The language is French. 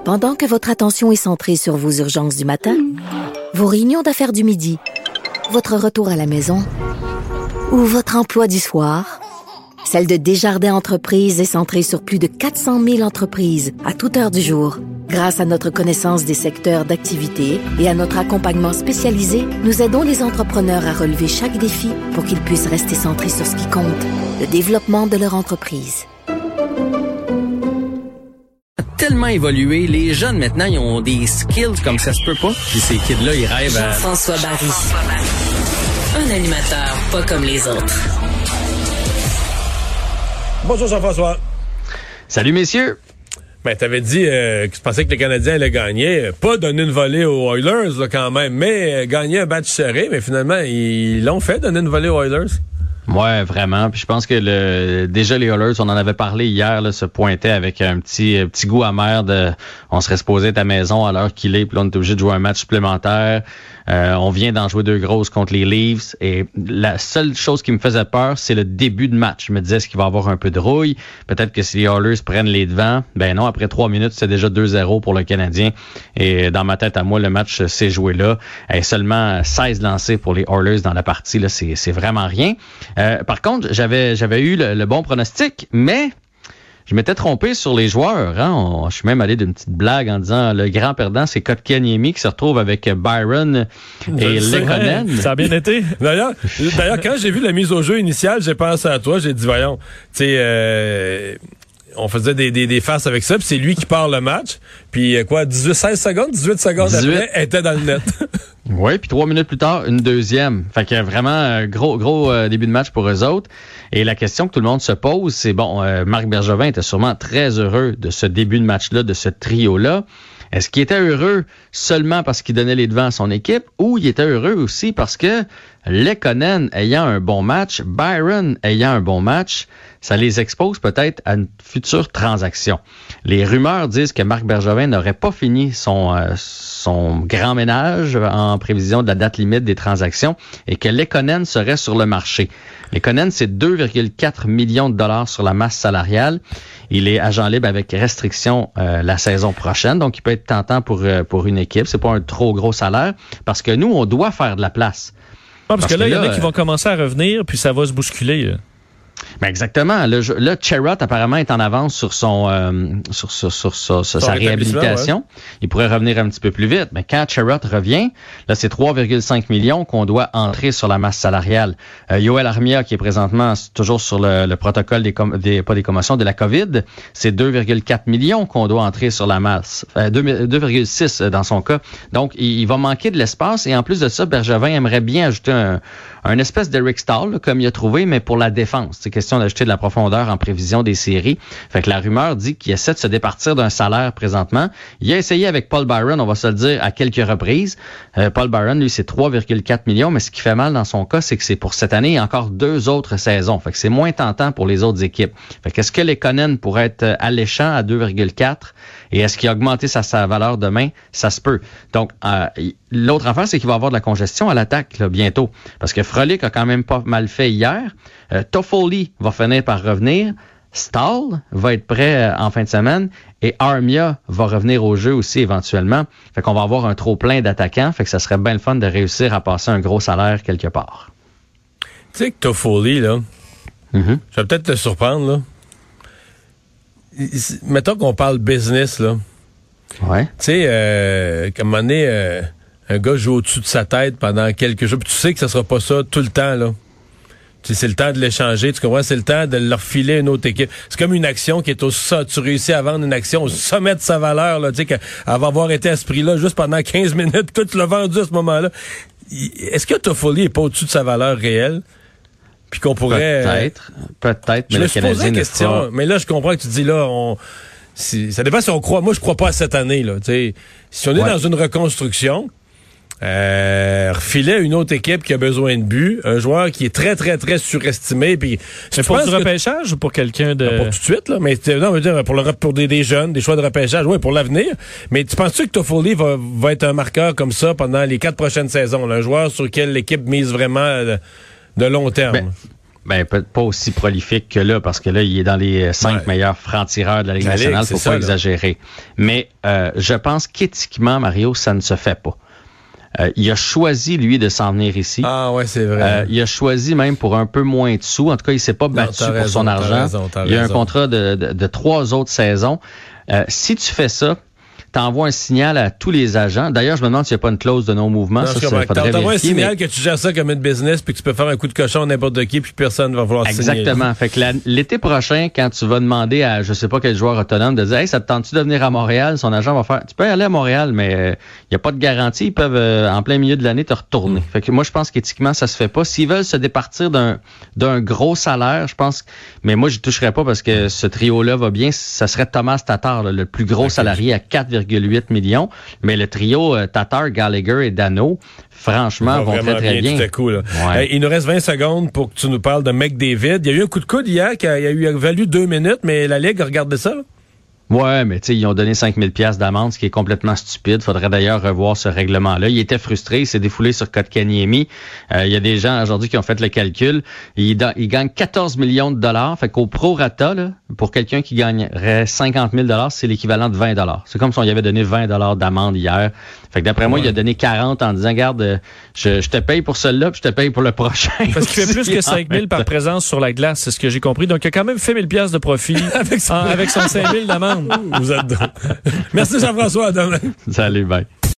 Pendant que votre attention est centrée sur vos urgences du matin, vos réunions d'affaires du midi, votre retour à la maison ou votre emploi du soir, celle de Desjardins Entreprises est centrée sur plus de 400 000 entreprises à toute heure du jour. Grâce à notre connaissance des secteurs d'activité et à notre accompagnement spécialisé, nous aidons les entrepreneurs à relever chaque défi pour qu'ils puissent rester centrés sur ce qui compte, le développement de leur entreprise. Tellement évolué, les jeunes maintenant ils ont des skills comme ça se peut pas. Puis ces kids-là ils rêvent à Jean-François Barry, un animateur pas comme les autres. Bonjour Jean-François. Salut messieurs. Ben t'avais dit que tu pensais que les Canadiens allaient gagner, pas donner une volée aux Oilers là, quand même, mais gagner un match serré, mais finalement ils l'ont fait, donner une volée aux Oilers. Ouais, vraiment. Puis je pense que déjà les Oilers, on en avait parlé hier, là, se pointaient avec un petit goût amer de on serait supposé être à maison à l'heure qu'il est, puis là on est obligé de jouer un match supplémentaire. On vient d'en jouer 2 grosses contre les Leafs et la seule chose qui me faisait peur, c'est le début de match. Je me disais, est-ce qu'il va y avoir un peu de rouille? Peut-être que si les Oilers prennent les devants, ben non, après 3 minutes, c'est déjà 2-0 pour le Canadien. Et dans ma tête à moi, le match s'est joué là. Et seulement 16 lancés pour les Oilers dans la partie, là, c'est vraiment rien. Par contre, j'avais eu le bon pronostic, mais je m'étais trompé sur les joueurs. Hein? Je suis même allé d'une petite blague en disant le grand perdant, c'est Kotkaniemi qui se retrouve avec Byron et Lekonen. Ça a bien été. D'ailleurs, quand j'ai vu la mise au jeu initiale, j'ai pensé à toi. J'ai dit, voyons, tu sais, on faisait des farces avec ça, puis c'est lui qui part le match. Puis 18 secondes après, elle était dans le net. Oui, puis 3 minutes plus tard, une deuxième. Fait que vraiment gros début de match pour eux autres. Et la question que tout le monde se pose, c'est Marc Bergevin était sûrement très heureux de ce début de match-là, de ce trio-là. Est-ce qu'il était heureux seulement parce qu'il donnait les devants à son équipe ou il était heureux aussi parce que Lekonen ayant un bon match, Byron ayant un bon match, ça les expose peut-être à une future transaction. Les rumeurs disent que Marc Bergevin n'aurait pas fini son grand ménage en prévision de la date limite des transactions et que Lekonen serait sur le marché. Lekonen, c'est 2,4 millions de dollars sur la masse salariale. Il est agent libre avec restriction la saison prochaine, donc il peut être tentant pour une équipe. C'est pas un trop gros salaire parce que nous, on doit faire de la place. Parce que là, il y en a qui vont commencer à revenir, puis ça va se bousculer. Ben exactement. Là, Chariot apparemment est en avance sur son sa réhabilitation. Ouais. Il pourrait revenir un petit peu plus vite. Mais quand Chariot revient, là c'est 3,5 millions qu'on doit entrer sur la masse salariale. Yoel Armia, qui est présentement toujours sur le protocole pas des commotions de la COVID, c'est 2,4 millions qu'on doit entrer sur la masse. 2,6 dans son cas. Donc il va manquer de l'espace et en plus de ça, Bergevin aimerait bien ajouter un espèce d'Eric Staal, là, comme il a trouvé, mais pour la défense. C'est question d'ajouter de la profondeur en prévision des séries. Fait que la rumeur dit qu'il essaie de se départir d'un salaire présentement. Il a essayé avec Paul Byron, on va se le dire, à quelques reprises. Paul Byron, lui, c'est 3,4 millions, mais ce qui fait mal dans son cas, c'est que c'est pour cette année et encore 2 autres saisons. Fait que c'est moins tentant pour les autres équipes. Fait que est-ce que Lekonen pourrait être alléchant à 2,4 et est-ce qu'il a augmenté sa valeur demain? Ça se peut. Donc, l'autre affaire, c'est qu'il va y avoir de la congestion à l'attaque là, bientôt. Parce que Frolic a quand même pas mal fait hier. Toffoli va finir par revenir. Staal va être prêt en fin de semaine. Et Armia va revenir au jeu aussi éventuellement. Fait qu'on va avoir un trop-plein d'attaquants. Fait que ça serait bien le fun de réussir à passer un gros salaire quelque part. Tu sais que Toffoli, là, je vais peut-être te surprendre, là. Mettons qu'on parle business, là. Ouais. Tu sais, comme un moment donné, un gars joue au-dessus de sa tête pendant quelques jours, puis tu sais que ça sera pas ça tout le temps, là. Tu sais, c'est le temps de l'échanger, tu comprends? C'est le temps de leur filer une autre équipe. C'est comme une action qui est au sommet. Tu réussis à vendre une action au sommet de sa valeur, là. Tu sais, qu'elle va avoir été à ce prix-là juste pendant 15 minutes, tout tu l'as vendu à ce moment-là. Est-ce que Toffoli est pas au-dessus de sa valeur réelle? Puis qu'on pourrait... Peut-être, mais le Canadien ne fera... Mais là, je comprends que tu dis, là, ça dépend si on croit. Moi, je crois pas à cette année, là. T'sais, si on est dans une reconstruction, refiler une autre équipe qui a besoin de but, un joueur qui est très, très, très surestimé. Puis, c'est pour du repêchage ou pour quelqu'un de... Pas pour tout de suite, là. Mais non, je veux dire, pour des jeunes, des choix de repêchage, oui, pour l'avenir. Mais tu penses-tu que Toffoli va être un marqueur comme ça pendant les 4 prochaines saisons, là, un joueur sur lequel l'équipe mise vraiment... de long terme. Ben, peut-être pas aussi prolifique que là, parce que là, il est dans les 5 meilleurs francs-tireurs de la Ligue nationale. Faut pas exagérer. Mais je pense qu'éthiquement, Mario, ça ne se fait pas. Il a choisi, lui, de s'en venir ici. Ah ouais, c'est vrai. Il a choisi même pour un peu moins de sous. En tout cas, il s'est pas battu pour son argent. Il y a un contrat de 3 autres saisons. Si tu fais ça, t'envoies un signal à tous les agents. D'ailleurs, je me demande s'il n'y a pas une clause de non-mouvement. Non, t'envoies un signal que tu gères ça comme une business puis que tu peux faire un coup de cochon à n'importe qui puis personne ne va vouloir signer. Exactement. Fait que l'été prochain, quand tu vas demander à je sais pas quel joueur autonome de dire « Hey, ça te tente-tu de venir à Montréal? » Son agent va faire « Tu peux aller à Montréal, mais il n'y a pas de garantie. Ils peuvent, en plein milieu de l'année, te retourner. » Fait que moi, je pense qu'éthiquement, ça se fait pas. S'ils veulent se départir d'un gros salaire, je pense... Mais moi, je toucherais pas parce que ce trio-là va bien. Ça serait Thomas Tatar, là, le plus gros salarié à 4,8 millions. Mais le trio Tatar, Gallagher et Dano, franchement, vont très, très bien. Tout à coup, là. Ouais. Il nous reste 20 secondes pour que tu nous parles de McDavid. Il y a eu un coup de coude hier qui a valu 2 minutes, mais la Ligue a regardé ça, là. Ouais, mais tu sais, ils ont donné 5 000 $ d'amende, ce qui est complètement stupide. Faudrait d'ailleurs revoir ce règlement-là. Il était frustré, il s'est défoulé sur Kotkaniemi. Il y a des gens aujourd'hui qui ont fait le calcul. Il gagne 14 millions de dollars. Fait qu'au prorata, là, pour quelqu'un qui gagnerait 50 000 $, c'est l'équivalent de 20 $. C'est comme si on y avait donné 20 $ d'amende hier. Fait que d'après moi, il a donné 40 en disant, regarde, je te paye pour celui-là, puis je te paye pour le prochain. Parce qu'il fait plus que 5 000 par présence sur la glace, c'est ce que j'ai compris. Donc, il a quand même fait 1 000 $ de profit avec son 5 000 d'amende. Vous êtes drôle. Merci Jean-François, à demain. Salut, bye.